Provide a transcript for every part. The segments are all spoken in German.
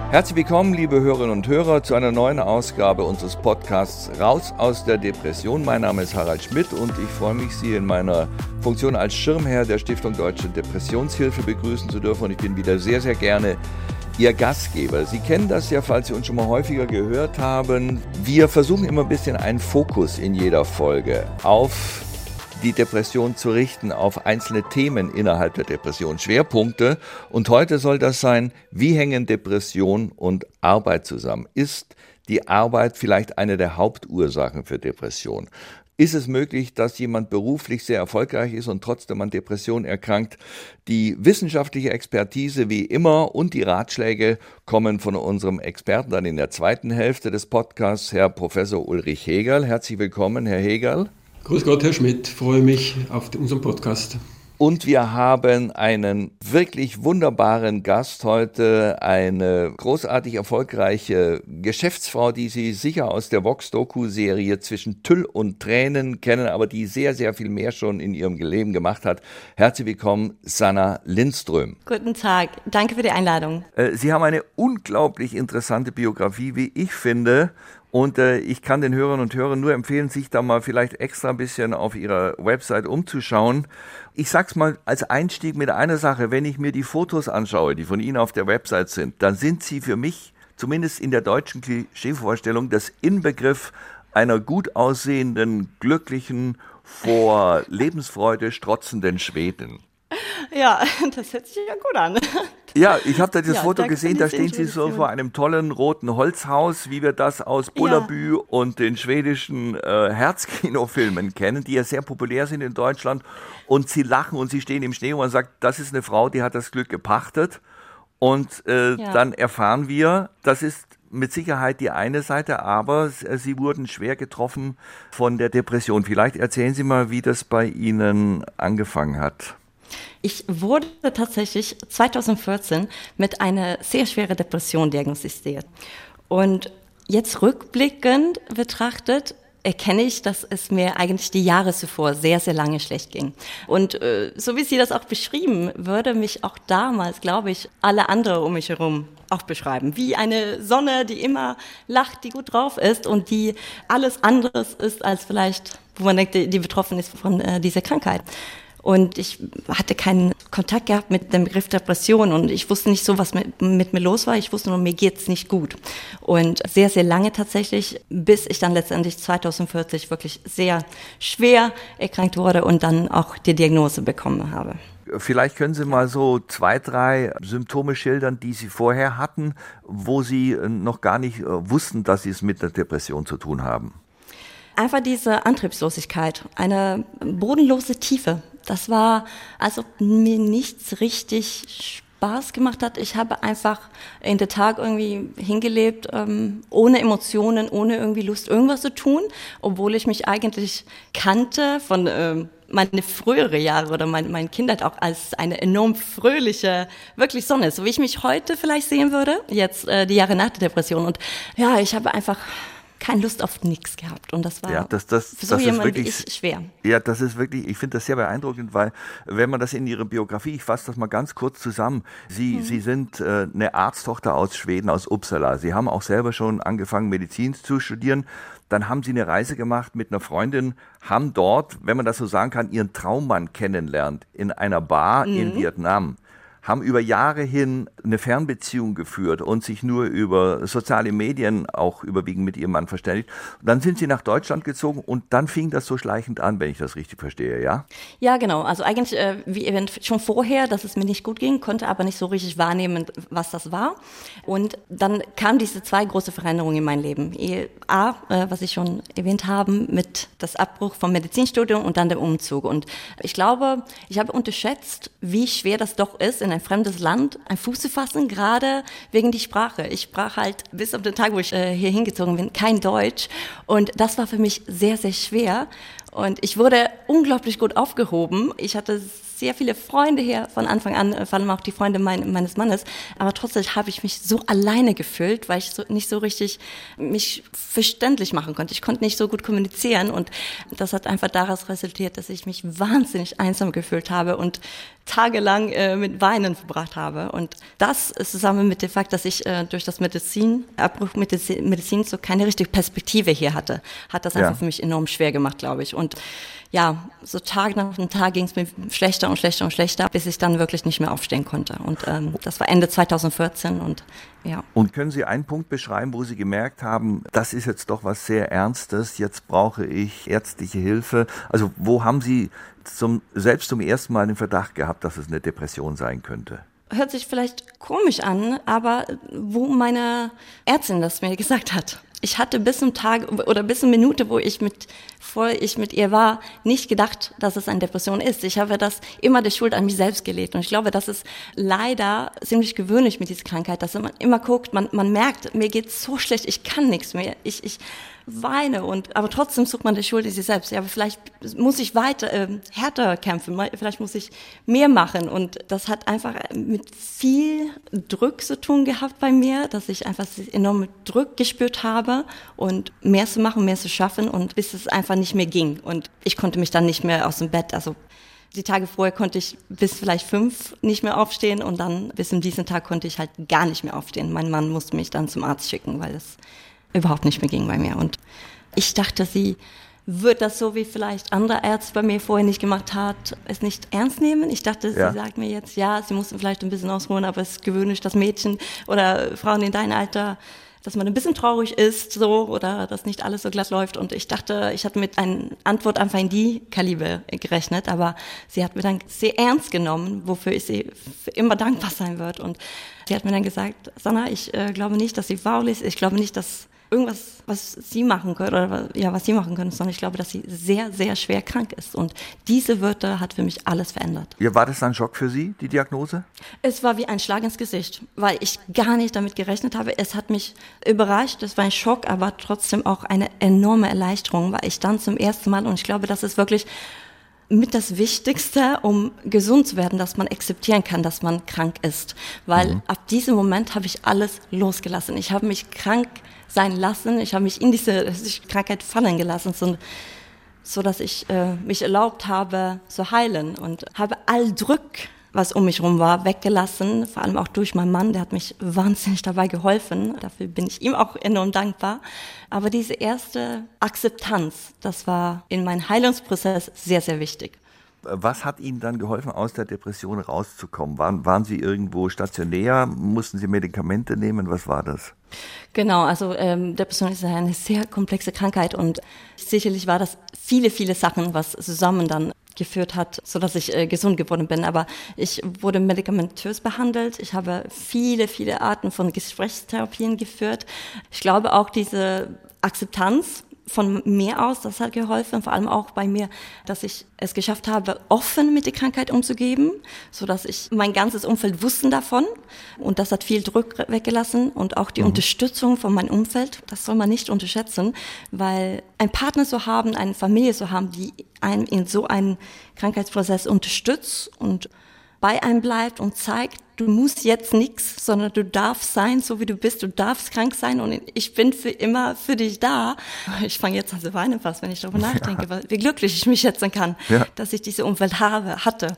Herzlich willkommen, liebe Hörerinnen und Hörer, zu einer neuen Ausgabe unseres Podcasts Raus aus der Depression. Mein Name ist Harald Schmidt und ich freue mich, Sie in meiner Funktion als Schirmherr der Stiftung Deutsche Depressionshilfe begrüßen zu dürfen. Und ich bin wieder sehr, sehr gerne Ihr Gastgeber. Sie kennen das ja, falls Sie uns schon mal häufiger gehört haben. Wir versuchen immer ein bisschen einen Fokus in jeder Folge auf die Depression zu richten, auf einzelne Themen innerhalb der Depression, Schwerpunkte. Und heute soll das sein, wie hängen Depression und Arbeit zusammen? Ist die Arbeit vielleicht eine der Hauptursachen für Depression? Ist es möglich, dass jemand beruflich sehr erfolgreich ist und trotzdem an Depression erkrankt? Die wissenschaftliche Expertise wie immer und die Ratschläge kommen von unserem Experten dann in der zweiten Hälfte des Podcasts, Herr Professor Ulrich Hegerl. Herzlich willkommen, Herr Hegerl. Grüß Gott, Herr Schmidt, freue mich auf unseren Podcast. Und wir haben einen wirklich wunderbaren Gast heute, eine großartig erfolgreiche Geschäftsfrau, die Sie sicher aus der Vox-Doku-Serie Zwischen Tüll und Tränen kennen, aber die sehr, sehr viel mehr schon in ihrem Leben gemacht hat. Herzlich willkommen, Sanna Lindström. Guten Tag, danke für die Einladung. Sie haben eine unglaublich interessante Biografie, wie ich finde. Und ich kann den Hörern und Hörern nur empfehlen, sich da mal vielleicht extra ein bisschen auf ihrer Website umzuschauen. Ich sag's mal als Einstieg mit einer Sache: Wenn ich mir die Fotos anschaue, die von Ihnen auf der Website sind, dann sind Sie für mich, zumindest in der deutschen Klischeevorstellung, das Inbegriff einer gut aussehenden, glücklichen, vor Lebensfreude strotzenden Schwedin. Ja, das hört sich ja gut an. Ja, ich habe da dieses Foto gesehen, da stehen Sie so vor einem tollen roten Holzhaus, wie wir das aus Bullerbü und den schwedischen Herzkinofilmen kennen, die ja sehr populär sind in Deutschland. Und Sie lachen und Sie stehen im Schnee und man sagt, das ist eine Frau, die hat das Glück gepachtet. Und dann erfahren wir, das ist mit Sicherheit die eine Seite, aber Sie wurden schwer getroffen von der Depression. Vielleicht erzählen Sie mal, wie das bei Ihnen angefangen hat. Ich wurde tatsächlich 2014 mit einer sehr schweren Depression diagnostiziert. Und jetzt rückblickend betrachtet erkenne ich, dass es mir eigentlich die Jahre zuvor sehr, sehr lange schlecht ging. Und so wie Sie das auch beschrieben, würde mich auch damals, glaube ich, alle anderen um mich herum auch beschreiben. Wie eine Sonne, die immer lacht, die gut drauf ist und die alles anderes ist als vielleicht, wo man denkt, die betroffen ist von dieser Krankheit. Und ich hatte keinen Kontakt gehabt mit dem Begriff Depression und ich wusste nicht so, was mit mir los war. Ich wusste nur, mir geht's nicht gut. Und sehr, sehr lange tatsächlich, bis ich dann letztendlich 2040 wirklich sehr schwer erkrankt wurde und dann auch die Diagnose bekommen habe. Vielleicht können Sie mal so 2, 3 Symptome schildern, die Sie vorher hatten, wo Sie noch gar nicht wussten, dass Sie es mit der Depression zu tun haben. Einfach diese Antriebslosigkeit, eine bodenlose Tiefe. Das war, als ob mir nichts richtig Spaß gemacht hat. Ich habe einfach in den Tag irgendwie hingelebt, ohne Emotionen, ohne irgendwie Lust, irgendwas zu tun, obwohl ich mich eigentlich kannte von meine frühere Jahre oder meine Kindheit auch als eine enorm fröhliche, wirklich Sonne, so wie ich mich heute vielleicht sehen würde, jetzt die Jahre nach der Depression. Und ja, ich habe einfach keine Lust auf nichts gehabt und das war für so jemand wie ich schwer. Ja, das ist wirklich, ich finde das sehr beeindruckend, weil wenn man das in Ihre Biografie, ich fasse das mal ganz kurz zusammen, Sie sind eine Arzttochter aus Schweden, aus Uppsala. Sie haben auch selber schon angefangen, Medizin zu studieren. Dann haben Sie eine Reise gemacht mit einer Freundin, haben dort, wenn man das so sagen kann, Ihren Traummann kennenlernt in einer Bar in Vietnam. Haben über Jahre hin eine Fernbeziehung geführt und sich nur über soziale Medien auch überwiegend mit ihrem Mann verständigt. Und dann sind sie nach Deutschland gezogen und dann fing das so schleichend an, wenn ich das richtig verstehe, ja? Ja, genau. Also eigentlich wie schon vorher, dass es mir nicht gut ging, konnte aber nicht so richtig wahrnehmen, was das war. Und dann kamen diese 2 große Veränderungen in mein Leben. Was ich schon erwähnt habe, mit das Abbruch vom Medizinstudium und dann dem Umzug. Und ich glaube, ich habe unterschätzt, wie schwer das doch ist, in ein fremdes Land einen Fuß zu fassen, gerade wegen die Sprache. Ich sprach halt bis auf den Tag, wo ich hier hingezogen bin, kein Deutsch. Und das war für mich sehr, sehr schwer. Und ich wurde unglaublich gut aufgehoben. Ich hatte sehr viele Freunde hier von Anfang an, vor allem auch die Freunde meines Mannes. Aber trotzdem habe ich mich so alleine gefühlt, weil ich nicht so richtig mich verständlich machen konnte. Ich konnte nicht so gut kommunizieren und das hat einfach daraus resultiert, dass ich mich wahnsinnig einsam gefühlt habe und tagelang mit Weinen verbracht habe. Und das ist zusammen mit dem Fakt, dass ich durch das Abbruch Medizin so keine richtige Perspektive hier hatte, hat das einfach für mich enorm schwer gemacht, glaube ich. Und ja, so Tag nach Tag ging es mir schlechter und schlechter und schlechter, bis ich dann wirklich nicht mehr aufstehen konnte. Und das war Ende 2014 und ja. Und können Sie einen Punkt beschreiben, wo Sie gemerkt haben, das ist jetzt doch was sehr Ernstes, jetzt brauche ich ärztliche Hilfe? Also wo haben Sie selbst zum ersten Mal den Verdacht gehabt, dass es eine Depression sein könnte? Hört sich vielleicht komisch an, aber wo meine Ärztin das mir gesagt hat. Ich hatte bis zum Tag oder bis zur Minute, bevor ich mit ihr war, nicht gedacht, dass es eine Depression ist. Ich habe das immer die Schuld an mich selbst gelegt. Und ich glaube, das ist leider ziemlich gewöhnlich mit dieser Krankheit, dass man immer guckt, man merkt, mir geht's so schlecht, ich kann nichts mehr. Ich weine aber trotzdem sucht man die Schuld in sich selbst. Ja, aber vielleicht muss ich weiter, härter kämpfen, vielleicht muss ich mehr machen. Und das hat einfach mit viel Druck zu tun gehabt bei mir, dass ich einfach enormen Druck gespürt habe und mehr zu machen, mehr zu schaffen und bis es einfach nicht mehr ging. Und ich konnte mich dann nicht mehr aus dem Bett, also die Tage vorher konnte ich bis vielleicht 5 nicht mehr aufstehen und dann bis in diesen Tag konnte ich halt gar nicht mehr aufstehen. Mein Mann musste mich dann zum Arzt schicken, weil es überhaupt nicht mehr ging bei mir. Und ich dachte, sie wird das so, wie vielleicht andere Ärzte bei mir vorher nicht gemacht hat, es nicht ernst nehmen. Ich dachte, sie sagt mir jetzt, ja, sie mussten vielleicht ein bisschen ausruhen, aber es ist gewöhnlich, dass Mädchen oder Frauen in deinem Alter, dass man ein bisschen traurig ist, so, oder dass nicht alles so glatt läuft. Und ich dachte, ich hatte mit einer Antwort einfach in die Kaliber gerechnet, aber sie hat mir dann sehr ernst genommen, wofür ich sie für immer dankbar sein wird. Und sie hat mir dann gesagt, Sanna, ich glaube nicht, dass sie faul ist, ich glaube nicht, dass irgendwas, was sie machen können, oder ja, was sie machen können, sondern ich glaube, dass sie sehr, sehr schwer krank ist. Und diese Wörter hat für mich alles verändert. Ja, war das ein Schock für Sie, die Diagnose? Es war wie ein Schlag ins Gesicht, weil ich gar nicht damit gerechnet habe. Es hat mich überrascht, es war ein Schock, aber trotzdem auch eine enorme Erleichterung, weil ich dann zum ersten Mal, und ich glaube, das ist wirklich mit das Wichtigste, um gesund zu werden, dass man akzeptieren kann, dass man krank ist. Weil ab diesem Moment habe ich alles losgelassen. Ich habe mich krank sein lassen, ich habe mich in diese Krankheit fallen gelassen, so dass ich mich erlaubt habe zu heilen und habe all Druck, was um mich herum war, weggelassen, vor allem auch durch meinen Mann, der hat mich wahnsinnig dabei geholfen, dafür bin ich ihm auch enorm dankbar. Aber diese erste Akzeptanz, das war in meinem Heilungsprozess sehr, sehr wichtig. Was hat Ihnen dann geholfen, aus der Depression rauszukommen? Waren Sie irgendwo stationär? Mussten Sie Medikamente nehmen? Was war das? Genau, also Depression ist eine sehr komplexe Krankheit und sicherlich war das viele, viele Sachen, was zusammen dann geführt hat, so dass ich gesund geworden bin. Aber ich wurde medikamentös behandelt. Ich habe viele, viele Arten von Gesprächstherapien geführt. Ich glaube auch diese Akzeptanz von mir aus, das hat geholfen, vor allem auch bei mir, dass ich es geschafft habe, offen mit der Krankheit umzugehen, so dass ich mein ganzes Umfeld wusste davon und das hat viel Druck weggelassen und auch die Unterstützung von meinem Umfeld, das soll man nicht unterschätzen, weil ein Partner zu haben, eine Familie zu haben, die einen in so einem Krankheitsprozess unterstützt und bei einem bleibt und zeigt, du musst jetzt nichts, sondern du darfst sein, so wie du bist, du darfst krank sein und ich bin für immer für dich da. Ich fange jetzt an zu weinen fast, wenn ich darüber nachdenke, wie glücklich ich mich schätzen kann, dass ich diese Umwelt hatte,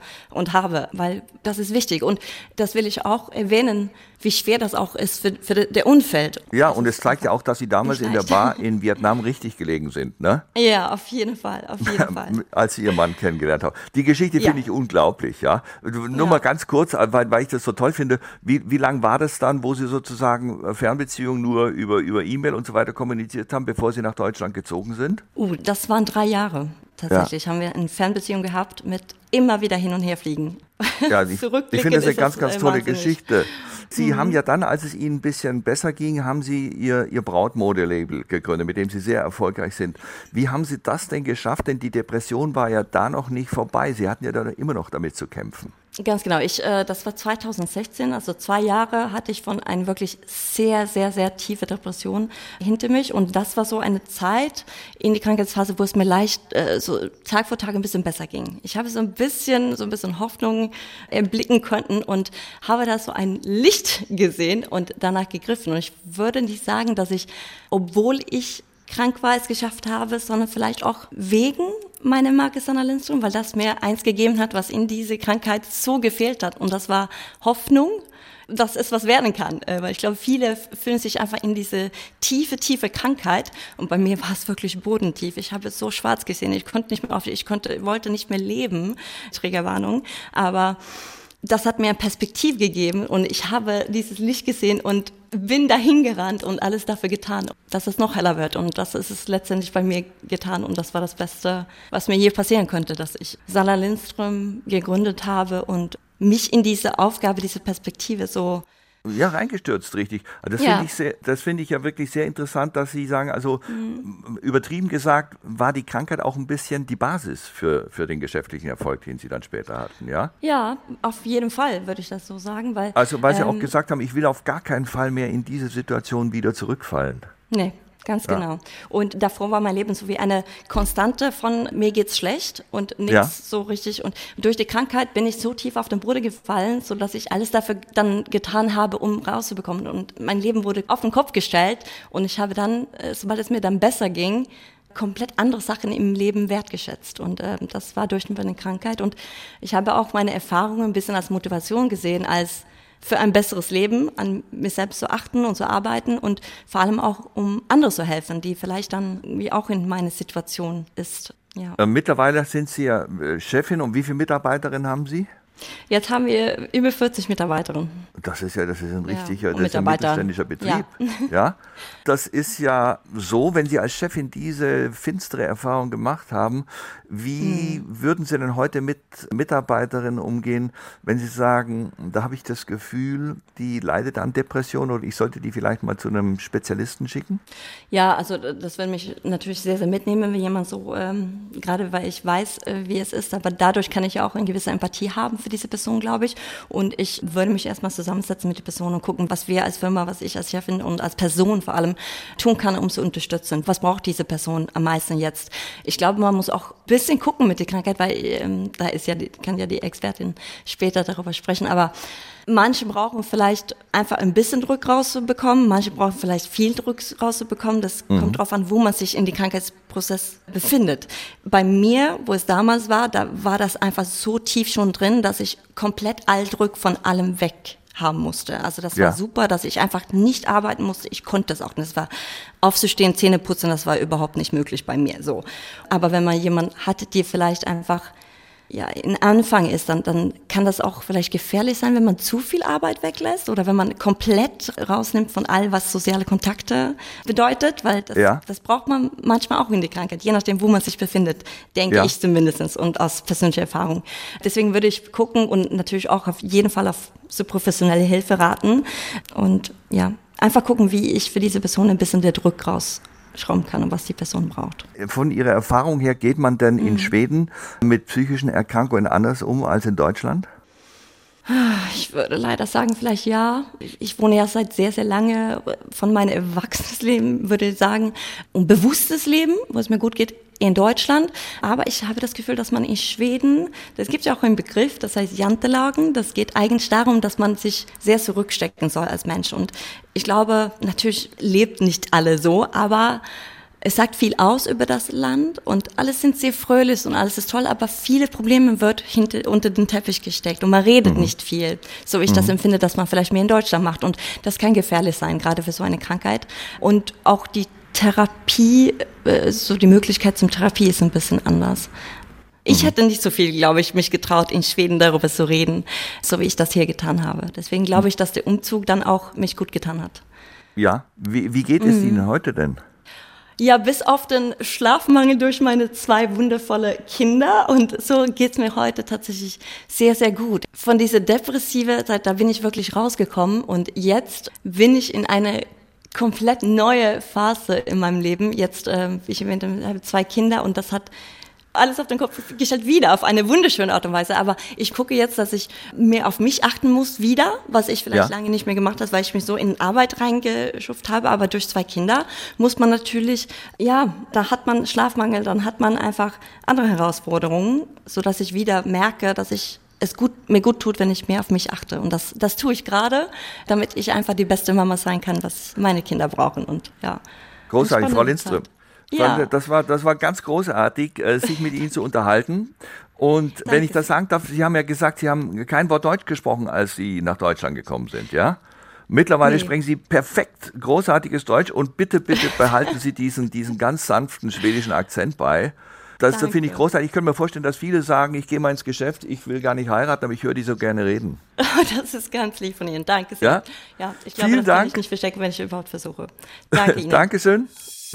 weil das ist wichtig und das will ich auch erwähnen, wie schwer das auch ist für der Umfeld. Ja, und es zeigt ja auch, dass Sie damals in der Bar in Vietnam richtig gelegen sind, ne? Ja, auf jeden Fall. Als Sie Ihren Mann kennengelernt haben. Die Geschichte finde ich unglaublich, ja. Nur mal ganz kurz, weil ich das so toll finde, wie lang war das dann, wo Sie sozusagen Fernbeziehungen nur über E-Mail und so weiter kommuniziert haben, bevor Sie nach Deutschland gezogen sind? Das waren 3 Jahre. Tatsächlich haben wir eine Fernbeziehung gehabt mit immer wieder hin und her fliegen. Ja, ich finde das eine ganz, ganz tolle Geschichte. Sie haben ja dann, als es Ihnen ein bisschen besser ging, haben Sie Ihr Brautmodelabel gegründet, mit dem Sie sehr erfolgreich sind. Wie haben Sie das denn geschafft? Denn die Depression war ja da noch nicht vorbei. Sie hatten ja da immer noch damit zu kämpfen. Ganz genau. Das war 2016, also 2 Jahre hatte ich von einer wirklich sehr, sehr, sehr tiefe Depression hinter mich. Und das war so eine Zeit in die Krankheitsphase, wo es mir leicht so Tag für Tag ein bisschen besser ging. Ich habe so ein so ein bisschen Hoffnung erblicken konnten und habe da so ein Licht gesehen und danach gegriffen. Und ich würde nicht sagen, dass ich, obwohl ich krank war, es geschafft habe, sondern vielleicht auch wegen meiner Marke Sanna Lindström, weil das mir eins gegeben hat, was in diese Krankheit so gefehlt hat. Und das war Hoffnung, dass es was werden kann. Weil ich glaube, viele fühlen sich einfach in diese tiefe Krankheit. Und bei mir war es wirklich bodentief. Ich habe es so schwarz gesehen. Ich konnte nicht mehr wollte nicht mehr leben. Triggerwarnung. Aber das hat mir eine Perspektive gegeben und ich habe dieses Licht gesehen und bin dahin gerannt und alles dafür getan, dass es noch heller wird. Und das ist es letztendlich bei mir getan. Und das war das Beste, was mir je passieren könnte, dass ich Sanna Lindström gegründet habe und mich in diese Aufgabe, diese Perspektive so... Ja, reingestürzt, richtig. Das finde ich ja wirklich sehr interessant, dass Sie sagen, also übertrieben gesagt, war die Krankheit auch ein bisschen die Basis für den geschäftlichen Erfolg, den Sie dann später hatten, ja? Ja, auf jeden Fall würde ich das so sagen, weil... Also, weil Sie auch gesagt haben, ich will auf gar keinen Fall mehr in diese Situation wieder zurückfallen. Nee. Ganz genau. Und davor war mein Leben so wie eine Konstante von mir geht's schlecht und nichts so richtig. Und durch die Krankheit bin ich so tief auf den Boden gefallen, so dass ich alles dafür dann getan habe, um rauszubekommen. Und mein Leben wurde auf den Kopf gestellt und ich habe dann, sobald es mir dann besser ging, komplett andere Sachen im Leben wertgeschätzt. Und das war durch meine Krankheit. Und ich habe auch meine Erfahrungen ein bisschen als Motivation gesehen, als für ein besseres Leben, an mir selbst zu achten und zu arbeiten und vor allem auch, um andere zu helfen, die vielleicht dann wie auch in meiner Situation ist. Ja. Mittlerweile sind Sie ja Chefin. Und wie viele Mitarbeiterinnen haben Sie? Jetzt haben wir über 40 Mitarbeiterinnen. Das ist ein richtiger, das ist ein mittelständischer Betrieb. Ja. Das ist ja so, wenn Sie als Chefin diese finstere Erfahrung gemacht haben, wie würden Sie denn heute mit Mitarbeiterinnen umgehen, wenn Sie sagen, da habe ich das Gefühl, die leidet an Depression oder ich sollte die vielleicht mal zu einem Spezialisten schicken? Ja, also das würde mich natürlich sehr, sehr mitnehmen, wenn jemand so, gerade weil ich weiß, wie es ist, aber dadurch kann ich ja auch eine gewisse Empathie haben für diese Person, glaube ich. Und ich würde mich erstmal zusammensetzen mit der Person und gucken, was wir als Firma, was ich als Chefin und als Person vor allem tun kann, um zu unterstützen. Was braucht diese Person am meisten jetzt? Ich glaube, man muss auch ein bisschen gucken mit der Krankheit, weil kann ja die Expertin später darüber sprechen, aber manche brauchen vielleicht einfach ein bisschen Druck rauszubekommen, manche brauchen vielleicht viel Druck rauszubekommen. Das kommt drauf an, wo man sich in den Krankheitsprozess befindet. Bei mir, wo es damals war, da war das einfach so tief schon drin, dass ich komplett all Druck von allem weg haben musste. Also das war super, dass ich einfach nicht arbeiten musste. Ich konnte das auch nicht. Das war aufzustehen, Zähne putzen, das war überhaupt nicht möglich bei mir. So. Aber wenn man jemanden hatte, die vielleicht einfach in Anfang ist, dann kann das auch vielleicht gefährlich sein, wenn man zu viel Arbeit weglässt oder wenn man komplett rausnimmt von all, was soziale Kontakte bedeutet, weil das braucht man manchmal auch in der Krankheit, je nachdem, wo man sich befindet, denke ich zumindest und aus persönlicher Erfahrung. Deswegen würde ich gucken und natürlich auch auf jeden Fall auf so professionelle Hilfe raten und einfach gucken, wie ich für diese Person ein bisschen der Druck rausschrauben kann und was die Person braucht. Von Ihrer Erfahrung her, geht man denn in Schweden mit psychischen Erkrankungen anders um als in Deutschland? Ich würde leider sagen, vielleicht ja. Ich wohne ja seit sehr, sehr lange von meinem Erwachsenenleben, würde ich sagen, ein bewusstes Leben, wo es mir gut geht, in Deutschland. Aber ich habe das Gefühl, dass man in Schweden, das gibt ja auch einen Begriff, das heißt Jantelagen. Das geht eigentlich darum, dass man sich sehr zurückstecken soll als Mensch. Und ich glaube, natürlich lebt nicht alle so, aber es sagt viel aus über das Land und alles sind sehr fröhlich und alles ist toll, aber viele Probleme wird unter den Teppich gesteckt und man redet nicht viel, so wie ich das empfinde, dass man vielleicht mehr in Deutschland macht und das kann gefährlich sein, gerade für so eine Krankheit. Und auch die Therapie, so die Möglichkeit zum Therapie ist ein bisschen anders. Ich hätte nicht so viel, glaube ich, mich getraut, in Schweden darüber zu reden, so wie ich das hier getan habe. Deswegen glaube ich, dass der Umzug dann auch mich gut getan hat. Ja, wie geht es Ihnen heute denn? Ja, bis auf den Schlafmangel durch meine 2 wundervolle Kinder und so geht's mir heute tatsächlich sehr, sehr gut. Von dieser depressive Zeit, da bin ich wirklich rausgekommen und jetzt bin ich in eine komplett neue Phase in meinem Leben. Jetzt, wie ich erwähnte, habe 2 Kinder und das hat alles auf den Kopf gestellt, wieder auf eine wunderschöne Art und Weise. Aber ich gucke jetzt, dass ich mehr auf mich achten muss wieder, was ich vielleicht lange nicht mehr gemacht habe, weil ich mich so in Arbeit reingeschufft habe. Aber durch 2 Kinder muss man natürlich, da hat man Schlafmangel, dann hat man einfach andere Herausforderungen, sodass ich wieder merke, dass mir gut tut, wenn ich mehr auf mich achte. Und das tue ich gerade, damit ich einfach die beste Mama sein kann, was meine Kinder brauchen. Und ja. Großartig, Frau Lindström. Ja. Das war ganz großartig, sich mit Ihnen zu unterhalten. Und Danke. wenn ich das sagen darf, Sie haben ja gesagt, Sie haben kein Wort Deutsch gesprochen, als Sie nach Deutschland gekommen sind, ja? Mittlerweile sprechen Sie perfekt großartiges Deutsch und bitte behalten Sie diesen ganz sanften schwedischen Akzent bei. Das finde ich großartig. Ich könnte mir vorstellen, dass viele sagen, ich gehe mal ins Geschäft, ich will gar nicht heiraten, aber ich höre die so gerne reden. Das ist ganz lieb von Ihnen. Danke sehr. Ja, ich glaube, kann ich nicht verstecken, wenn ich überhaupt versuche. Danke Ihnen. Dankeschön.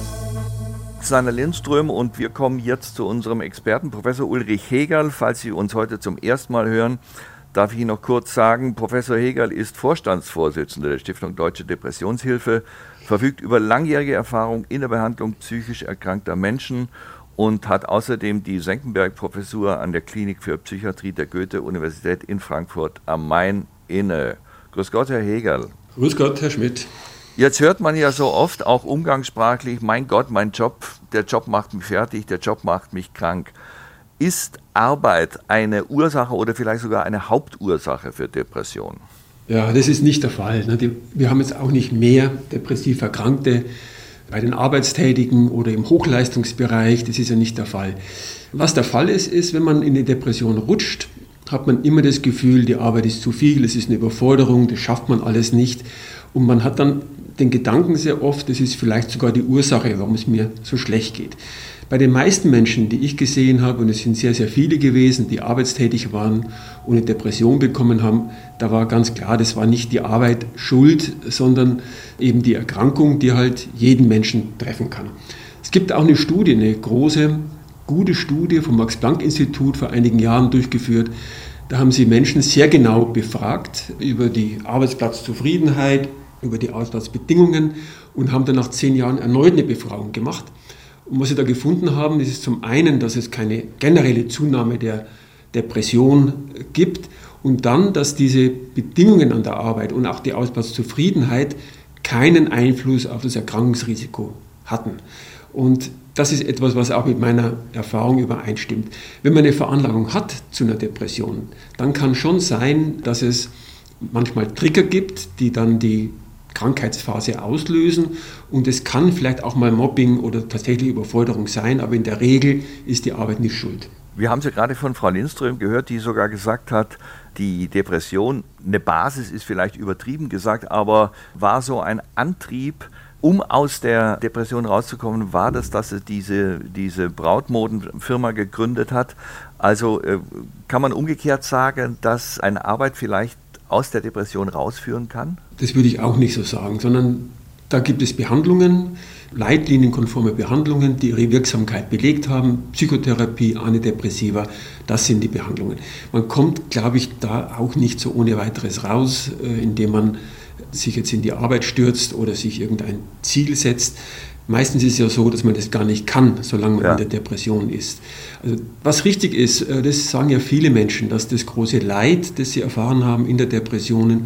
Susanne Lindström, und wir kommen jetzt zu unserem Experten, Professor Ulrich Hegerl. Falls Sie uns heute zum ersten Mal hören, darf ich Ihnen noch kurz sagen, Professor Hegerl ist Vorstandsvorsitzender der Stiftung Deutsche Depressionshilfe, verfügt über langjährige Erfahrung in der Behandlung psychisch erkrankter Menschen und hat außerdem die Senckenberg-Professur an der Klinik für Psychiatrie der Goethe-Universität in Frankfurt am Main inne. Grüß Gott, Herr Hegerl. Grüß Gott, Herr Schmidt. Jetzt hört man ja so oft, auch umgangssprachlich, mein Gott, mein Job, der Job macht mich fertig, der Job macht mich krank. Ist Arbeit eine Ursache oder vielleicht sogar eine Hauptursache für Depressionen? Ja, das ist nicht der Fall. Wir haben jetzt auch nicht mehr depressiv Erkrankte bei den Arbeitstätigen oder im Hochleistungsbereich. Das ist ja nicht der Fall. Was der Fall ist, wenn man in eine Depression rutscht, hat man immer das Gefühl, die Arbeit ist zu viel, es ist eine Überforderung, das schafft man alles nicht. Und man hat dann den Gedanken sehr oft, das ist vielleicht sogar die Ursache, warum es mir so schlecht geht. Bei den meisten Menschen, die ich gesehen habe, und es sind sehr, sehr viele gewesen, die arbeitstätig waren und eine Depression bekommen haben, da war ganz klar, das war nicht die Arbeit schuld, sondern eben die Erkrankung, die halt jeden Menschen treffen kann. Es gibt auch eine Studie, eine große, gute Studie vom Max-Planck-Institut vor einigen Jahren durchgeführt. Da haben sie Menschen sehr genau befragt über die Arbeitsplatzzufriedenheit, über die Arbeitsplatzbedingungen und haben dann nach 10 Jahren erneut eine Befragung gemacht. Und was sie da gefunden haben, ist zum einen, dass es keine generelle Zunahme der Depression gibt und dann, dass diese Bedingungen an der Arbeit und auch die Arbeitsplatzzufriedenheit keinen Einfluss auf das Erkrankungsrisiko hatten. Und das ist etwas, was auch mit meiner Erfahrung übereinstimmt. Wenn man eine Veranlagung hat zu einer Depression, dann kann schon sein, dass es manchmal Trigger gibt, die dann die Krankheitsphase auslösen, und es kann vielleicht auch mal Mobbing oder tatsächlich Überforderung sein, aber in der Regel ist die Arbeit nicht schuld. Wir haben es ja gerade von Frau Lindström gehört, die sogar gesagt hat, die Depression, eine Basis ist vielleicht übertrieben gesagt, aber war so ein Antrieb, um aus der Depression rauszukommen, war das, dass sie diese Brautmodenfirma gegründet hat. Also kann man umgekehrt sagen, dass eine Arbeit vielleicht aus der Depression rausführen kann? Das würde ich auch nicht so sagen, sondern da gibt es Behandlungen, leitlinienkonforme Behandlungen, die ihre Wirksamkeit belegt haben, Psychotherapie, Antidepressiva, das sind die Behandlungen. Man kommt, glaube ich, da auch nicht so ohne weiteres raus, indem man sich jetzt in die Arbeit stürzt oder sich irgendein Ziel setzt. Meistens ist es ja so, dass man das gar nicht kann, solange man in der Depression ist. Also, was richtig ist, das sagen ja viele Menschen, dass das große Leid, das sie erfahren haben in der Depression,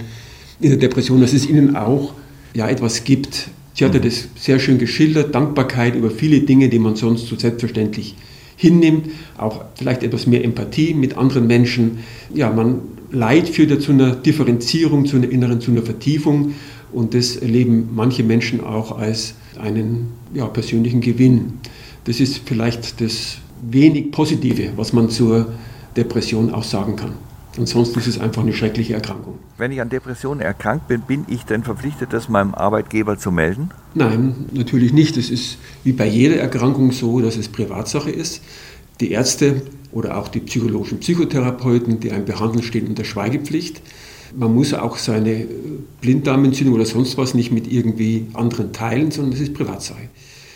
dass es ihnen auch etwas gibt. Sie hat ja das sehr schön geschildert, Dankbarkeit über viele Dinge, die man sonst so selbstverständlich hinnimmt, auch vielleicht etwas mehr Empathie mit anderen Menschen. Ja, Leid führt ja zu einer Differenzierung, zu einer inneren, zu einer Vertiefung, und das erleben manche Menschen auch als einen persönlichen Gewinn. Das ist vielleicht das wenig Positive, was man zur Depression auch sagen kann. Ansonsten ist es einfach eine schreckliche Erkrankung. Wenn ich an Depressionen erkrankt bin, bin ich denn verpflichtet, das meinem Arbeitgeber zu melden? Nein, natürlich nicht. Es ist wie bei jeder Erkrankung so, dass es Privatsache ist. Die Ärzte oder auch die psychologischen Psychotherapeuten, die einen behandeln, stehen unter Schweigepflicht. Man muss auch seine Blinddarmentzündung oder sonst was nicht mit irgendwie anderen teilen, sondern das ist Privatsache.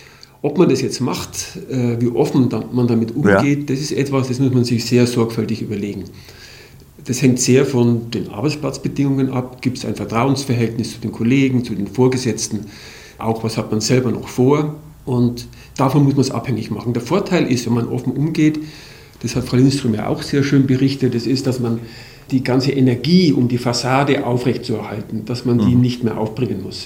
Ob man das jetzt macht, wie offen man damit umgeht, das ist etwas, das muss man sich sehr sorgfältig überlegen. Das hängt sehr von den Arbeitsplatzbedingungen ab. Gibt es ein Vertrauensverhältnis zu den Kollegen, zu den Vorgesetzten? Auch was hat man selber noch vor? Und davon muss man es abhängig machen. Der Vorteil ist, wenn man offen umgeht, das hat Frau Lindström ja auch sehr schön berichtet, das ist, dass man die ganze Energie, um die Fassade aufrechtzuerhalten, dass man die nicht mehr aufbringen muss.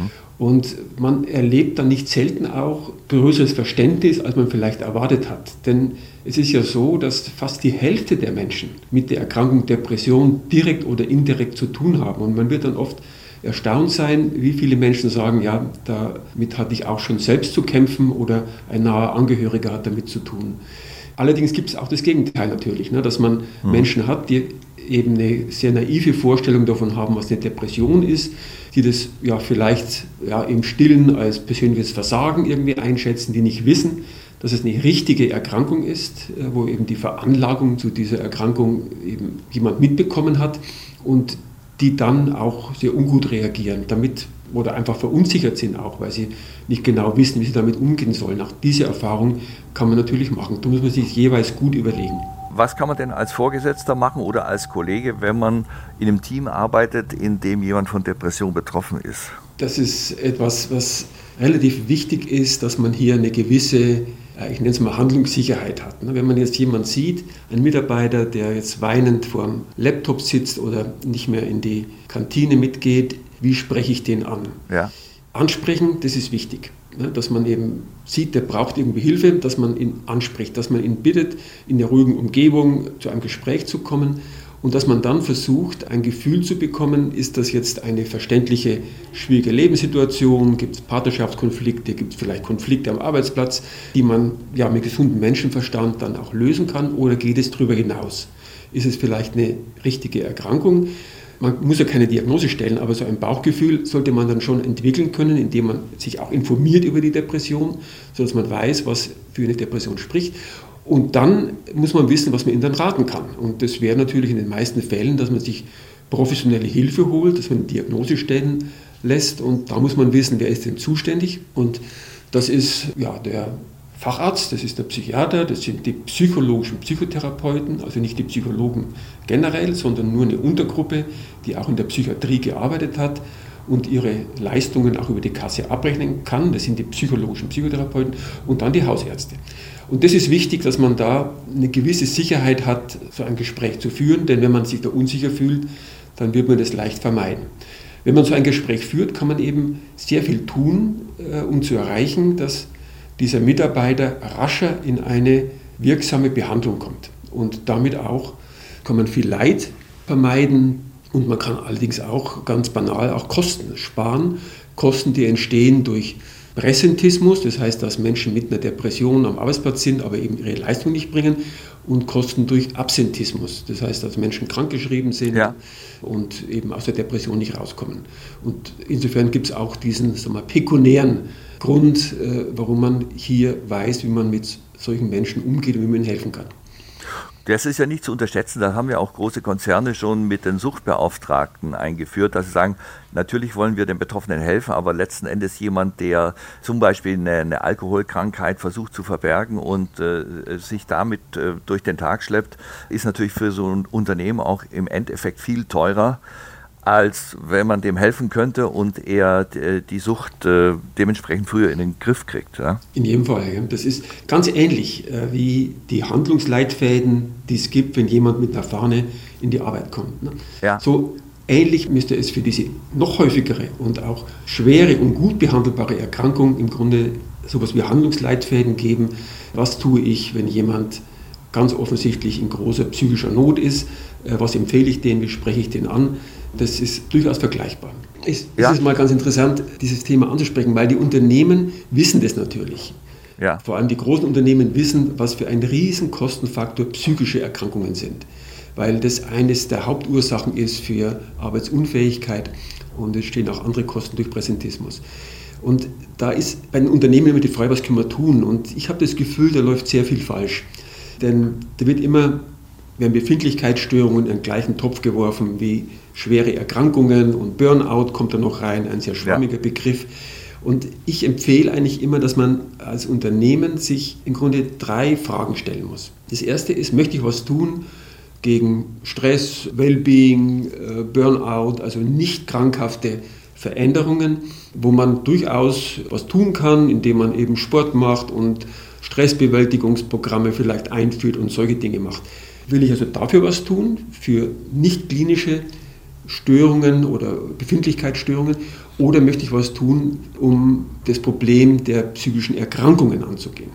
Und man erlebt dann nicht selten auch größeres Verständnis, als man vielleicht erwartet hat. Denn es ist ja so, dass fast die Hälfte der Menschen mit der Erkrankung Depression direkt oder indirekt zu tun haben. Und man wird dann oft erstaunt sein, wie viele Menschen sagen, ja, damit hatte ich auch schon selbst zu kämpfen oder ein naher Angehöriger hat damit zu tun. Allerdings gibt es auch das Gegenteil natürlich, ne, dass man Menschen hat, die eben eine sehr naive Vorstellung davon haben, was eine Depression ist, die das ja vielleicht im Stillen als persönliches Versagen irgendwie einschätzen, die nicht wissen, dass es eine richtige Erkrankung ist, wo eben die Veranlagung zu dieser Erkrankung eben jemand mitbekommen hat und die dann auch sehr ungut reagieren, damit oder einfach verunsichert sind auch, weil sie nicht genau wissen, wie sie damit umgehen sollen. Auch diese Erfahrung kann man natürlich machen. Da muss man sich jeweils gut überlegen. Was kann man denn als Vorgesetzter machen oder als Kollege, wenn man in einem Team arbeitet, in dem jemand von Depression betroffen ist? Das ist etwas, was relativ wichtig ist, dass man hier eine gewisse, ich nenne es mal Handlungssicherheit hat. Wenn man jetzt jemanden sieht, einen Mitarbeiter, der jetzt weinend vor dem Laptop sitzt oder nicht mehr in die Kantine mitgeht, wie spreche ich den an? Ja. Ansprechen, das ist wichtig. Dass man eben sieht, der braucht irgendwie Hilfe, dass man ihn anspricht, dass man ihn bittet, in der ruhigen Umgebung zu einem Gespräch zu kommen und dass man dann versucht, ein Gefühl zu bekommen, ist das jetzt eine verständliche, schwierige Lebenssituation, gibt es Partnerschaftskonflikte, gibt es vielleicht Konflikte am Arbeitsplatz, die man mit gesundem Menschenverstand dann auch lösen kann, oder geht es darüber hinaus? Ist es vielleicht eine richtige Erkrankung? Man muss ja keine Diagnose stellen, aber so ein Bauchgefühl sollte man dann schon entwickeln können, indem man sich auch informiert über die Depression, sodass man weiß, was für eine Depression spricht. Und dann muss man wissen, was man ihnen dann raten kann. Und das wäre natürlich in den meisten Fällen, dass man sich professionelle Hilfe holt, dass man eine Diagnose stellen lässt. Und da muss man wissen, wer ist denn zuständig. Und das ist der Facharzt, das ist der Psychiater, das sind die psychologischen Psychotherapeuten, also nicht die Psychologen generell, sondern nur eine Untergruppe, die auch in der Psychiatrie gearbeitet hat und ihre Leistungen auch über die Kasse abrechnen kann. Das sind die psychologischen Psychotherapeuten und dann die Hausärzte. Und das ist wichtig, dass man da eine gewisse Sicherheit hat, so ein Gespräch zu führen, denn wenn man sich da unsicher fühlt, dann wird man das leicht vermeiden. Wenn man so ein Gespräch führt, kann man eben sehr viel tun, um zu erreichen, dass dieser Mitarbeiter rascher in eine wirksame Behandlung kommt. Und damit auch kann man viel Leid vermeiden und man kann allerdings auch ganz banal auch Kosten sparen. Kosten, die entstehen durch Präsentismus, das heißt, dass Menschen mit einer Depression am Arbeitsplatz sind, aber eben ihre Leistung nicht bringen, und Kosten durch Absentismus, das heißt, dass Menschen krankgeschrieben sind und eben aus der Depression nicht rauskommen. Und insofern gibt es auch diesen pekuniären Grund, warum man hier weiß, wie man mit solchen Menschen umgeht und wie man ihnen helfen kann. Das ist ja nicht zu unterschätzen, da haben ja auch große Konzerne schon mit den Suchtbeauftragten eingeführt, dass sie sagen, natürlich wollen wir den Betroffenen helfen, aber letzten Endes jemand, der zum Beispiel eine Alkoholkrankheit versucht zu verbergen und sich damit durch den Tag schleppt, ist natürlich für so ein Unternehmen auch im Endeffekt viel teurer, als wenn man dem helfen könnte und er die Sucht dementsprechend früher in den Griff kriegt. Ja? In jedem Fall. Ja. Das ist ganz ähnlich wie die Handlungsleitfäden, die es gibt, wenn jemand mit einer Fahne in die Arbeit kommt. Ne? Ja. So ähnlich müsste es für diese noch häufigere und auch schwere und gut behandelbare Erkrankung im Grunde sowas wie Handlungsleitfäden geben. Was tue ich, wenn jemand ganz offensichtlich in großer psychischer Not ist? Was empfehle ich denen? Wie spreche ich den an? Das ist durchaus vergleichbar. Es ist mal ganz interessant, dieses Thema anzusprechen, weil die Unternehmen wissen das natürlich. Ja. Vor allem die großen Unternehmen wissen, was für ein riesen Kostenfaktor psychische Erkrankungen sind. Weil das eines der Hauptursachen ist für Arbeitsunfähigkeit und es stehen auch andere Kosten durch Präsentismus. Und da ist bei den Unternehmen immer die Frage, was können wir tun? Und ich habe das Gefühl, da läuft sehr viel falsch. Denn da werden Befindlichkeitsstörungen in den gleichen Topf geworfen wie schwere Erkrankungen, und Burnout kommt da noch rein, ein sehr schwammiger Begriff. Und ich empfehle eigentlich immer, dass man als Unternehmen sich im Grunde 3 Fragen stellen muss. Das erste ist, möchte ich was tun gegen Stress, Wellbeing, Burnout, also nicht krankhafte Veränderungen, wo man durchaus was tun kann, indem man eben Sport macht und Stressbewältigungsprogramme vielleicht einführt und solche Dinge macht. Will ich also dafür was tun, für nicht klinische Störungen oder Befindlichkeitsstörungen, oder möchte ich was tun, um das Problem der psychischen Erkrankungen anzugehen?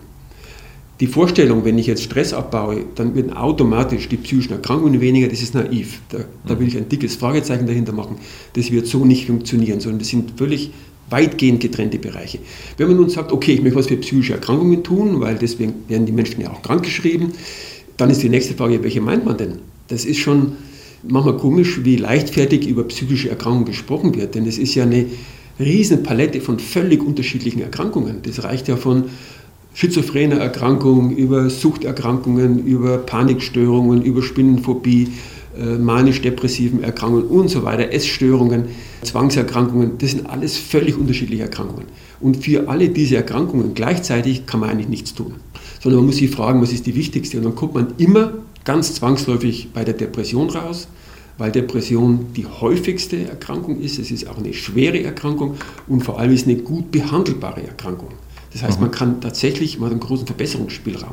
Die Vorstellung, wenn ich jetzt Stress abbaue, dann werden automatisch die psychischen Erkrankungen weniger, das ist naiv. Da will ich ein dickes Fragezeichen dahinter machen. Das wird so nicht funktionieren, sondern das sind völlig weitgehend getrennte Bereiche. Wenn man nun sagt, okay, ich möchte was für psychische Erkrankungen tun, weil deswegen werden die Menschen ja auch krankgeschrieben, dann ist die nächste Frage, welche meint man denn? Das ist schon manchmal komisch, wie leichtfertig über psychische Erkrankungen gesprochen wird, denn es ist ja eine riesen Palette von völlig unterschiedlichen Erkrankungen. Das reicht ja von schizophrener Erkrankung über Suchterkrankungen, über Panikstörungen, über Spinnenphobie, manisch-depressiven Erkrankungen und so weiter, Essstörungen, Zwangserkrankungen, das sind alles völlig unterschiedliche Erkrankungen. Und für alle diese Erkrankungen gleichzeitig kann man eigentlich nichts tun, sondern man muss sich fragen, was ist die wichtigste? Und dann kommt man immer ganz zwangsläufig bei der Depression raus, weil Depression die häufigste Erkrankung ist. Es ist auch eine schwere Erkrankung und vor allem ist es eine gut behandelbare Erkrankung. Das heißt, man kann tatsächlich mal einen großen Verbesserungsspielraum.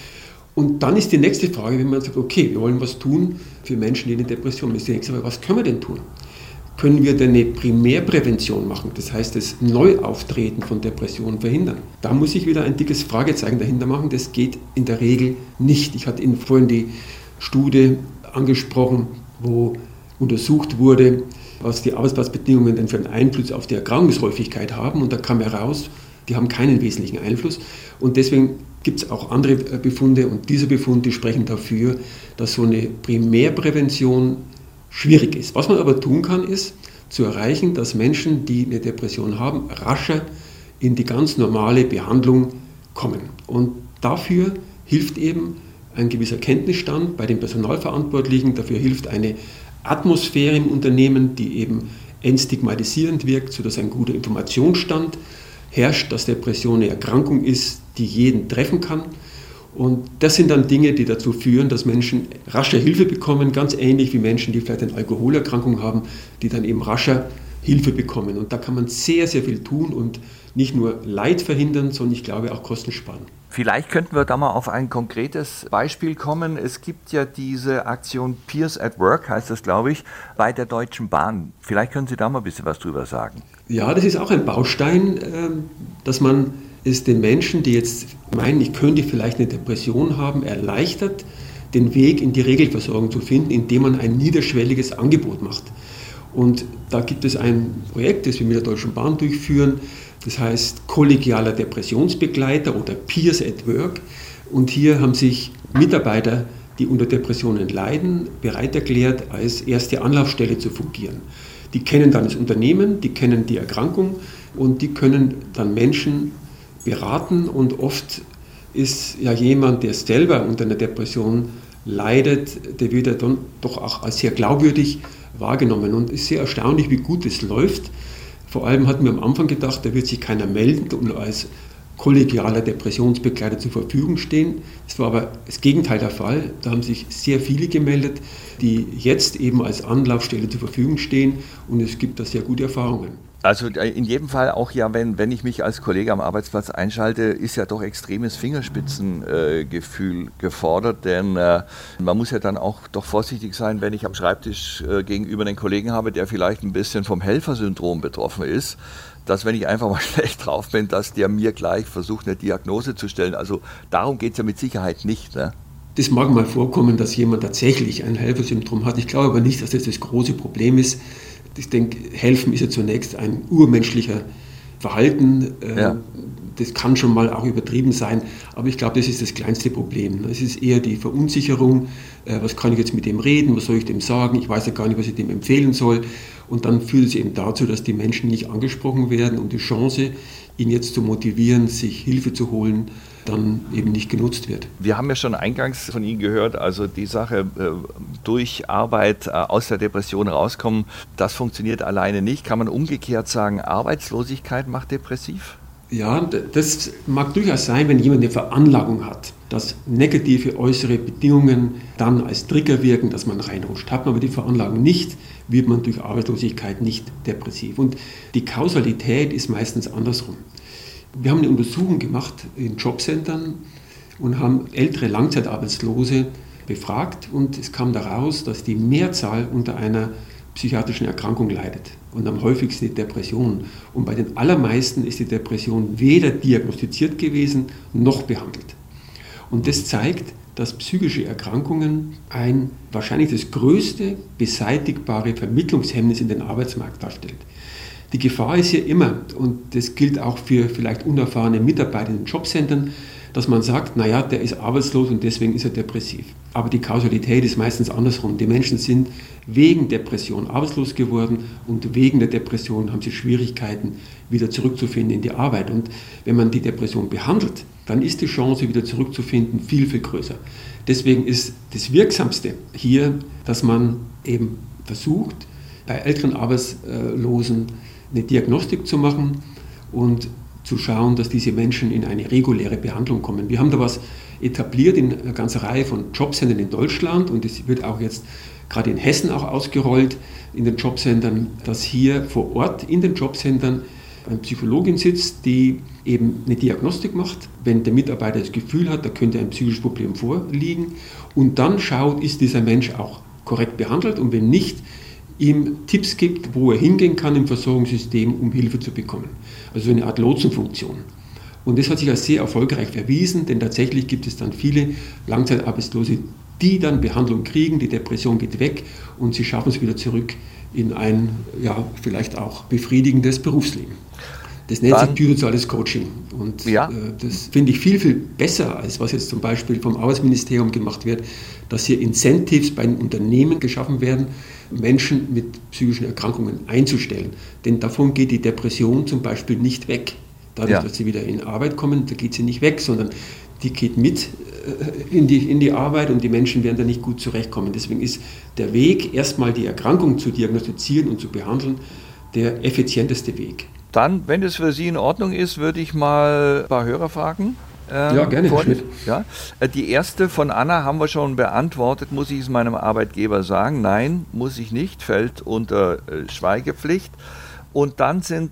Und dann ist die nächste Frage, wenn man sagt, okay, wir wollen was tun für Menschen, die eine Depression haben, ist die nächste Frage, was können wir denn tun? Können wir denn eine Primärprävention machen? Das heißt, das Neuauftreten von Depressionen verhindern. Da muss ich wieder ein dickes Fragezeichen dahinter machen. Das geht in der Regel nicht. Ich hatte Ihnen vorhin die Studie angesprochen, wo untersucht wurde, was die Arbeitsplatzbedingungen denn für einen Einfluss auf die Erkrankungshäufigkeit haben. Und da kam heraus, die haben keinen wesentlichen Einfluss. Und deswegen gibt es auch andere Befunde. Und diese Befunde sprechen dafür, dass so eine Primärprävention schwierig ist. Was man aber tun kann, ist zu erreichen, dass Menschen, die eine Depression haben, rascher in die ganz normale Behandlung kommen. Und dafür hilft eben ein gewisser Kenntnisstand bei den Personalverantwortlichen. Dafür hilft eine Atmosphäre im Unternehmen, die eben entstigmatisierend wirkt, sodass ein guter Informationsstand herrscht, dass Depression eine Erkrankung ist, die jeden treffen kann. Und das sind dann Dinge, die dazu führen, dass Menschen rascher Hilfe bekommen, ganz ähnlich wie Menschen, die vielleicht eine Alkoholerkrankung haben, die dann eben rascher Hilfe bekommen. Und da kann man sehr, sehr viel tun und nicht nur Leid verhindern, sondern ich glaube auch Kosten sparen. Vielleicht könnten wir da mal auf ein konkretes Beispiel kommen. Es gibt ja diese Aktion Peers at Work, heißt das, glaube ich, bei der Deutschen Bahn. Vielleicht können Sie da mal ein bisschen was drüber sagen. Ja, das ist auch ein Baustein, dass man es den Menschen, die jetzt meinen, ich könnte vielleicht eine Depression haben, erleichtert, den Weg in die Regelversorgung zu finden, indem man ein niederschwelliges Angebot macht. Und da gibt es ein Projekt, das wir mit der Deutschen Bahn durchführen, das heißt kollegialer Depressionsbegleiter oder Peers at Work. Und hier haben sich Mitarbeiter, die unter Depressionen leiden, bereit erklärt, als erste Anlaufstelle zu fungieren. Die kennen dann das Unternehmen, die kennen die Erkrankung und die können dann Menschen beraten. Und oft ist ja jemand, der selber unter einer Depression leidet, der wird ja dann doch auch als sehr glaubwürdig wahrgenommen. Und es ist sehr erstaunlich, wie gut es läuft. Vor allem hatten wir am Anfang gedacht, da wird sich keiner melden und als kollegialer Depressionsbegleiter zur Verfügung stehen. Das war aber das Gegenteil der Fall. Da haben sich sehr viele gemeldet, die jetzt eben als Anlaufstelle zur Verfügung stehen und es gibt da sehr gute Erfahrungen. Also in jedem Fall auch ja, wenn ich mich als Kollege am Arbeitsplatz einschalte, ist ja doch extremes Fingerspitzengefühl gefordert, denn man muss ja dann auch doch vorsichtig sein, wenn ich am Schreibtisch gegenüber einen Kollegen habe, der vielleicht ein bisschen vom Helfersyndrom betroffen ist, dass wenn ich einfach mal schlecht drauf bin, dass der mir gleich versucht, eine Diagnose zu stellen. Also darum geht es ja mit Sicherheit nicht, ne? Das mag mal vorkommen, dass jemand tatsächlich ein Helfersyndrom hat. Ich glaube aber nicht, dass das große Problem ist. Ich denke, helfen ist ja zunächst ein urmenschlicher Verhalten. Ja. Das kann schon mal auch übertrieben sein, aber ich glaube, das ist das kleinste Problem. Es ist eher die Verunsicherung, was kann ich jetzt mit dem reden, was soll ich dem sagen, ich weiß ja gar nicht, was ich dem empfehlen soll. Und dann führt es eben dazu, dass die Menschen nicht angesprochen werden und die Chance, ihn jetzt zu motivieren, sich Hilfe zu holen, dann eben nicht genutzt wird. Wir haben ja schon eingangs von Ihnen gehört, also die Sache durch Arbeit aus der Depression rauskommen, das funktioniert alleine nicht. Kann man umgekehrt sagen, Arbeitslosigkeit macht depressiv? Ja, das mag durchaus sein, wenn jemand eine Veranlagung hat. dass negative äußere Bedingungen dann als Trigger wirken, dass man reinrutscht. Hat man aber die Veranlagung nicht, wird man durch Arbeitslosigkeit nicht depressiv. Und die Kausalität ist meistens andersrum. Wir haben eine Untersuchung gemacht in Jobcentern und haben ältere Langzeitarbeitslose befragt und es kam daraus, dass die Mehrzahl unter einer psychiatrischen Erkrankung leidet und am häufigsten die Depression. Und bei den allermeisten ist die Depression weder diagnostiziert gewesen noch behandelt. Und das zeigt, dass psychische Erkrankungen wahrscheinlich das größte beseitigbare Vermittlungshemmnis in den Arbeitsmarkt darstellt. Die Gefahr ist hier immer, und das gilt auch für vielleicht unerfahrene Mitarbeiter in Jobcentern, dass man sagt, naja, der ist arbeitslos und deswegen ist er depressiv. Aber die Kausalität ist meistens andersrum. Die Menschen sind wegen Depression arbeitslos geworden und wegen der Depression haben sie Schwierigkeiten, wieder zurückzufinden in die Arbeit. Und wenn man die Depression behandelt, dann ist die Chance, wieder zurückzufinden, viel, viel größer. Deswegen ist das Wirksamste hier, dass man eben versucht, bei älteren Arbeitslosen eine Diagnostik zu machen und zu schauen, dass diese Menschen in eine reguläre Behandlung kommen. Wir haben da was etabliert in einer ganzen Reihe von Jobcentern in Deutschland und es wird auch jetzt gerade in Hessen auch ausgerollt in den Jobcentern, dass hier vor Ort in den Jobcentern eine Psychologin sitzt, die eben eine Diagnostik macht, wenn der Mitarbeiter das Gefühl hat, da könnte ein psychisches Problem vorliegen und dann schaut, ist dieser Mensch auch korrekt behandelt und wenn nicht, ihm Tipps gibt, wo er hingehen kann im Versorgungssystem, um Hilfe zu bekommen. Also eine Art Lotsenfunktion. Und das hat sich als sehr erfolgreich erwiesen, denn tatsächlich gibt es dann viele Langzeitarbeitslose, die dann Behandlung kriegen, die Depression geht weg und sie schaffen es wieder zurück in ein, ja, vielleicht auch befriedigendes Berufsleben. Das nennt sich psychosoziales Coaching und das finde ich viel, viel besser, als was jetzt zum Beispiel vom Arbeitsministerium gemacht wird, dass hier Incentives bei den Unternehmen geschaffen werden, Menschen mit psychischen Erkrankungen einzustellen. Denn davon geht die Depression zum Beispiel nicht weg. Dadurch, dass sie wieder in Arbeit kommen, da geht sie nicht weg, sondern die geht mit in die Arbeit und die Menschen werden da nicht gut zurechtkommen. Deswegen ist der Weg, erstmal die Erkrankung zu diagnostizieren und zu behandeln, der effizienteste Weg. Dann, wenn es für Sie in Ordnung ist, würde ich mal ein paar Hörer fragen. Ja, gerne, Herr Schmidt. Ja. Die erste von Anna haben wir schon beantwortet. Muss ich es meinem Arbeitgeber sagen? Nein, muss ich nicht. Fällt unter Schweigepflicht. Und dann sind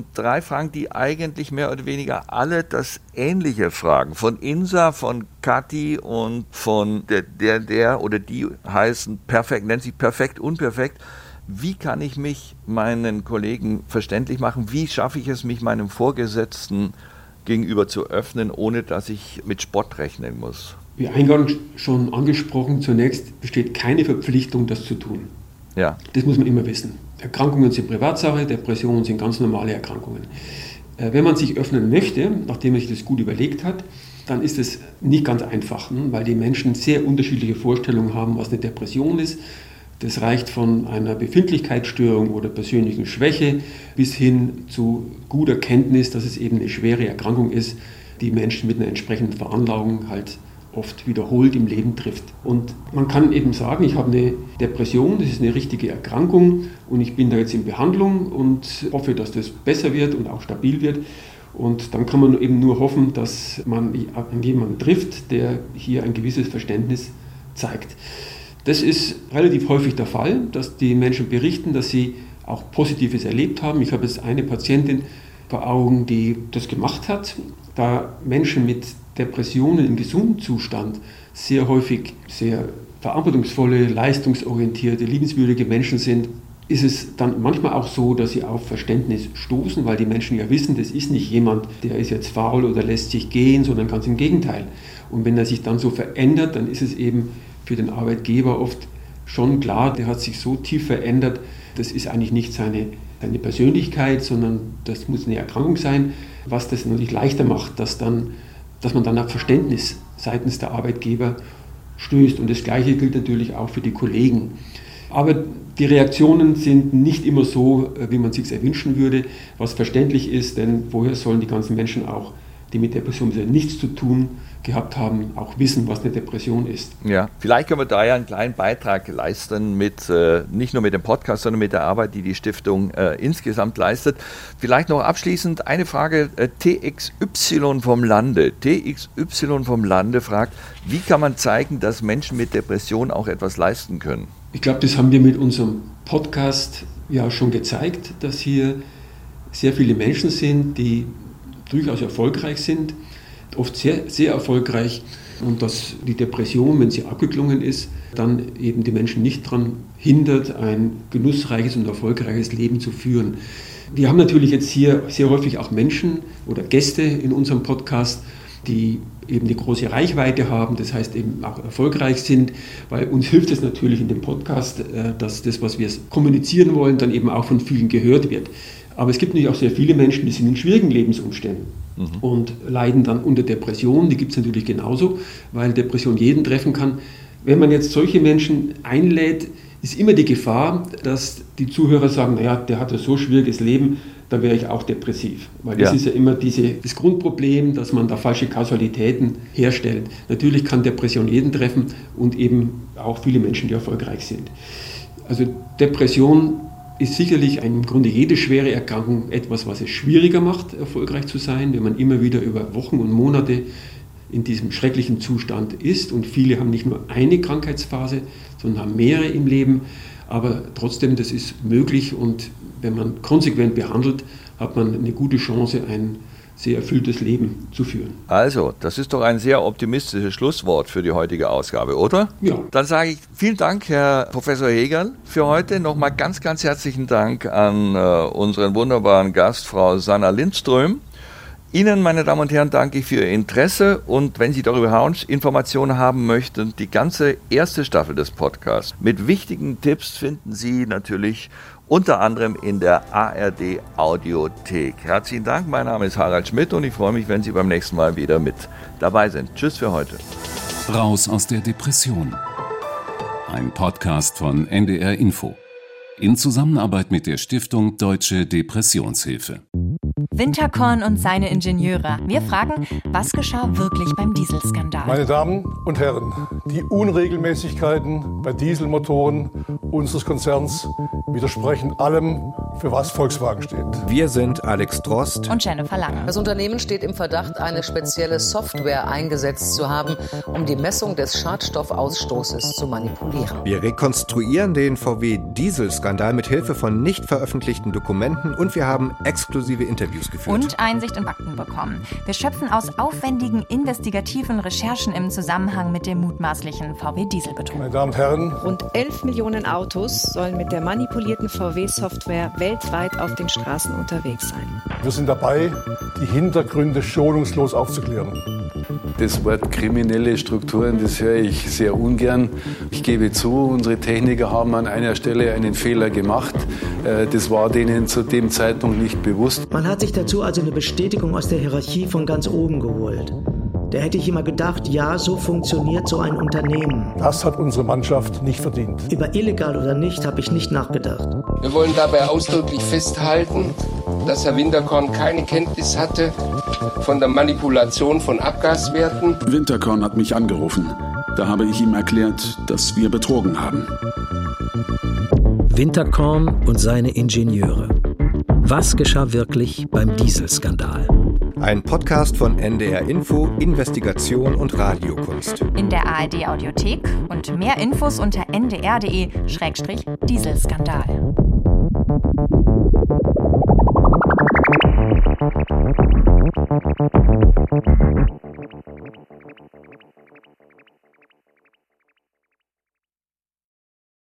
3 Fragen, die eigentlich mehr oder weniger alle das Ähnliche fragen. Von Insa, von Kathi und von der oder die heißen perfekt, nennt sich perfekt, unperfekt. Wie kann ich mich meinen Kollegen verständlich machen? Wie schaffe ich es, mich meinem Vorgesetzten gegenüber zu öffnen, ohne dass ich mit Spott rechnen muss? Wie eingangs schon angesprochen, zunächst besteht keine Verpflichtung, das zu tun. Ja. Das muss man immer wissen. Erkrankungen sind Privatsache, Depressionen sind ganz normale Erkrankungen. Wenn man sich öffnen möchte, nachdem man sich das gut überlegt hat, dann ist es nicht ganz einfach, weil die Menschen sehr unterschiedliche Vorstellungen haben, was eine Depression ist. Das reicht von einer Befindlichkeitsstörung oder persönlichen Schwäche bis hin zu guter Kenntnis, dass es eben eine schwere Erkrankung ist, die Menschen mit einer entsprechenden Veranlagung halt oft wiederholt im Leben trifft. Und man kann eben sagen, ich habe eine Depression, das ist eine richtige Erkrankung und ich bin da jetzt in Behandlung und hoffe, dass das besser wird und auch stabil wird. Und dann kann man eben nur hoffen, dass man an jemanden trifft, der hier ein gewisses Verständnis zeigt. Das ist relativ häufig der Fall, dass die Menschen berichten, dass sie auch Positives erlebt haben. Ich habe jetzt eine Patientin vor Augen, die das gemacht hat. Da Menschen mit Depressionen im gesunden Zustand sehr häufig sehr verantwortungsvolle, leistungsorientierte, liebenswürdige Menschen sind, ist es dann manchmal auch so, dass sie auf Verständnis stoßen, weil die Menschen ja wissen, das ist nicht jemand, der ist jetzt faul oder lässt sich gehen, sondern ganz im Gegenteil. Und wenn er sich dann so verändert, dann ist es eben für den Arbeitgeber oft schon klar, der hat sich so tief verändert, das ist eigentlich nicht seine Persönlichkeit, sondern das muss eine Erkrankung sein, was das natürlich leichter macht, dass man dann auf Verständnis seitens der Arbeitgeber stößt. Und das Gleiche gilt natürlich auch für die Kollegen. Aber die Reaktionen sind nicht immer so, wie man es sich erwünschen würde, was verständlich ist, denn woher sollen die ganzen Menschen auch, die mit Depression nichts zu tun gehabt haben, auch wissen, was eine Depression ist. Ja, vielleicht können wir da ja einen kleinen Beitrag leisten, nicht nur mit dem Podcast, sondern mit der Arbeit, die die Stiftung insgesamt leistet. Vielleicht noch abschließend eine Frage, TXY vom Lande. TXY vom Lande fragt, wie kann man zeigen, dass Menschen mit Depression auch etwas leisten können? Ich glaube, das haben wir mit unserem Podcast ja schon gezeigt, dass hier sehr viele Menschen sind, die durchaus erfolgreich sind, oft sehr, sehr erfolgreich, und dass die Depression, wenn sie abgeklungen ist, dann eben die Menschen nicht daran hindert, ein genussreiches und erfolgreiches Leben zu führen. Wir haben natürlich jetzt hier sehr häufig auch Menschen oder Gäste in unserem Podcast, die eben eine große Reichweite haben, das heißt eben auch erfolgreich sind, weil uns hilft es natürlich in dem Podcast, dass das, was wir kommunizieren wollen, dann eben auch von vielen gehört wird. Aber es gibt natürlich auch sehr viele Menschen, die sind in schwierigen Lebensumständen und leiden dann unter Depressionen. Die gibt es natürlich genauso, weil Depression jeden treffen kann. Wenn man jetzt solche Menschen einlädt, ist immer die Gefahr, dass die Zuhörer sagen, naja, der hat ein so schwieriges Leben, da wäre ich auch depressiv. Weil das ist ja immer das Grundproblem, dass man da falsche Kausalitäten herstellt. Natürlich kann Depression jeden treffen und eben auch viele Menschen, die erfolgreich sind. Also Depression ist sicherlich im Grunde jede schwere Erkrankung etwas, was es schwieriger macht, erfolgreich zu sein, wenn man immer wieder über Wochen und Monate in diesem schrecklichen Zustand ist. Und viele haben nicht nur eine Krankheitsphase, sondern haben mehrere im Leben. Aber trotzdem, das ist möglich, und wenn man konsequent behandelt, hat man eine gute Chance, ein sehr erfülltes Leben zu führen. Also, das ist doch ein sehr optimistisches Schlusswort für die heutige Ausgabe, oder? Ja. Dann sage ich vielen Dank, Herr Professor Hegerl, für heute. Nochmal ganz, ganz herzlichen Dank an unseren wunderbaren Gast, Frau Sanna Lindström. Ihnen, meine Damen und Herren, danke ich für Ihr Interesse, und wenn Sie darüber hinaus Informationen haben möchten, die ganze erste Staffel des Podcasts mit wichtigen Tipps finden Sie natürlich unter anderem in der ARD Audiothek. Herzlichen Dank, mein Name ist Harald Schmidt und ich freue mich, wenn Sie beim nächsten Mal wieder mit dabei sind. Tschüss für heute. Raus aus der Depression. Ein Podcast von NDR Info. In Zusammenarbeit mit der Stiftung Deutsche Depressionshilfe. Winterkorn und seine Ingenieure. Wir fragen, was geschah wirklich beim Dieselskandal? Meine Damen und Herren, die Unregelmäßigkeiten bei Dieselmotoren unseres Konzerns widersprechen allem, für was Volkswagen steht. Wir sind Alex Drost Und Jennifer Lange. Das Unternehmen steht im Verdacht, eine spezielle Software eingesetzt zu haben, um die Messung des Schadstoffausstoßes zu manipulieren. Wir rekonstruieren den VW-Dieselskandal mit Hilfe von nicht veröffentlichten Dokumenten, und wir haben exklusive Interviews geführt. Und Einsicht in Fakten bekommen. Wir schöpfen aus aufwendigen investigativen Recherchen im Zusammenhang mit dem mutmaßlichen VW-Dieselbetrug. Meine Damen und Herren, Rund 11 Millionen Autos sollen mit der manipulierten VW-Software weltweit auf den Straßen unterwegs sein. wir sind dabei, die Hintergründe schonungslos aufzuklären. Das Wort kriminelle Strukturen, das höre ich sehr ungern. Ich gebe zu, unsere Techniker haben an einer Stelle einen Fehler gemacht. Das war denen zu dem Zeitpunkt nicht bewusst. Man hat sich dazu also eine Bestätigung aus der Hierarchie von ganz oben geholt. Da hätte ich immer gedacht, ja, so funktioniert so ein Unternehmen. Das hat unsere Mannschaft nicht verdient. Über illegal oder nicht habe ich nicht nachgedacht. Wir wollen dabei ausdrücklich festhalten, dass Herr Winterkorn keine Kenntnis hatte von der Manipulation von Abgaswerten. Winterkorn hat mich angerufen. Da habe ich ihm erklärt, dass wir betrogen haben. Winterkorn und seine Ingenieure. Was geschah wirklich beim Dieselskandal? Ein Podcast von NDR Info, Investigation und Radiokunst. In der ARD Audiothek und mehr Infos unter ndr.de/Dieselskandal.